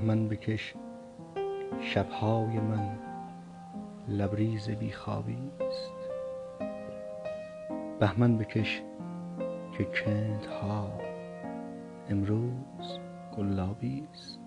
بهمن بکش شبهای من لبریز بیخوابی است. بهمن بکش که کندها امروز گلابی است.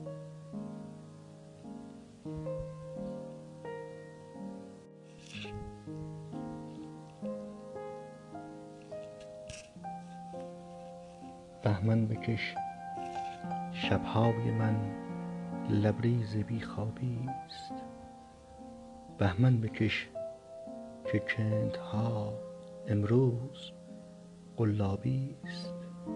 بهمن بکش شبهای من لبریز بیخوابی است. بهمن بکش که کندها امروز قلابی است.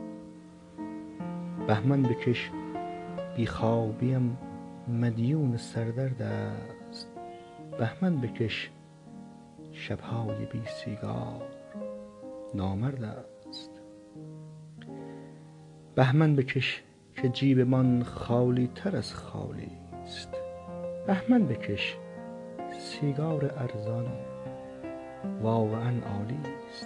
بهمن بکش بیخوابیم مدیون سردرد است. بهمن بکش شبهای بی سیگار نامرد است. بهمن بکش که جیبمان خالی تر از خالی است. بهمن بکش سیگار ارزان واقعا عالی است.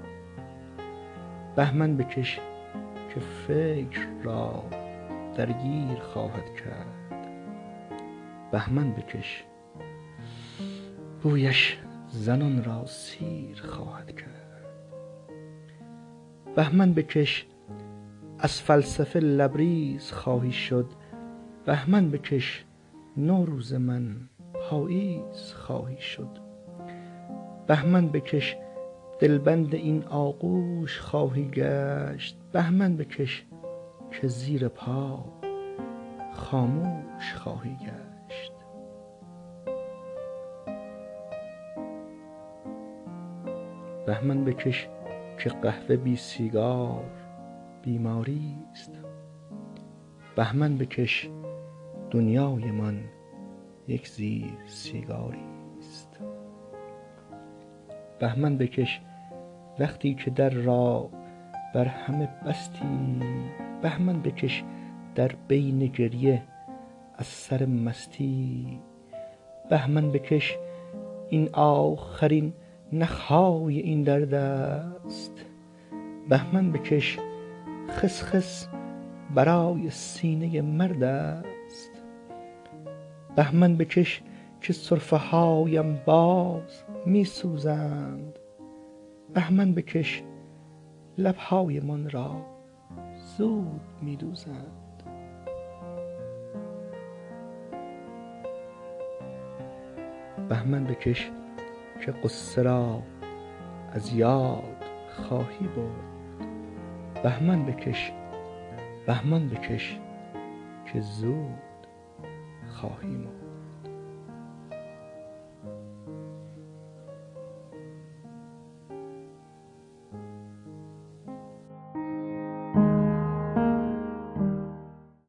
بهمن بکش که فکر را درگیر خواهد کرد. بهمن بکش بویش زنان را سیر خواهد کرد. بهمن بکش از فلسفه لبریز خواهی شد. بهمن بکش نوروز من پاییز خواهی شد. بهمن بکش دلبند این آغوش خواهی گشت. بهمن بکش که زیر پا خاموش خواهی گشت. بهمن بکش که قهوه بی سیگار بیماری است. بهمن بکش دنیای من یک زیر سیگاری است. بهمن بکش وقتی که در را بر همه بستی. بهمن بکش در بین گریه از سر مستی. بهمن بکش این آخرین نخهای این درد است. بهمن بکش خس خس برای سینه مرد است. بهمن بکش که سرفه هایم باز می سوزند. بهمن بکش لبهای من را زود می دوزند. بهمن بکش که غصه را از یاد خواهی برد. بهمن بکش که زود خواهی مرد.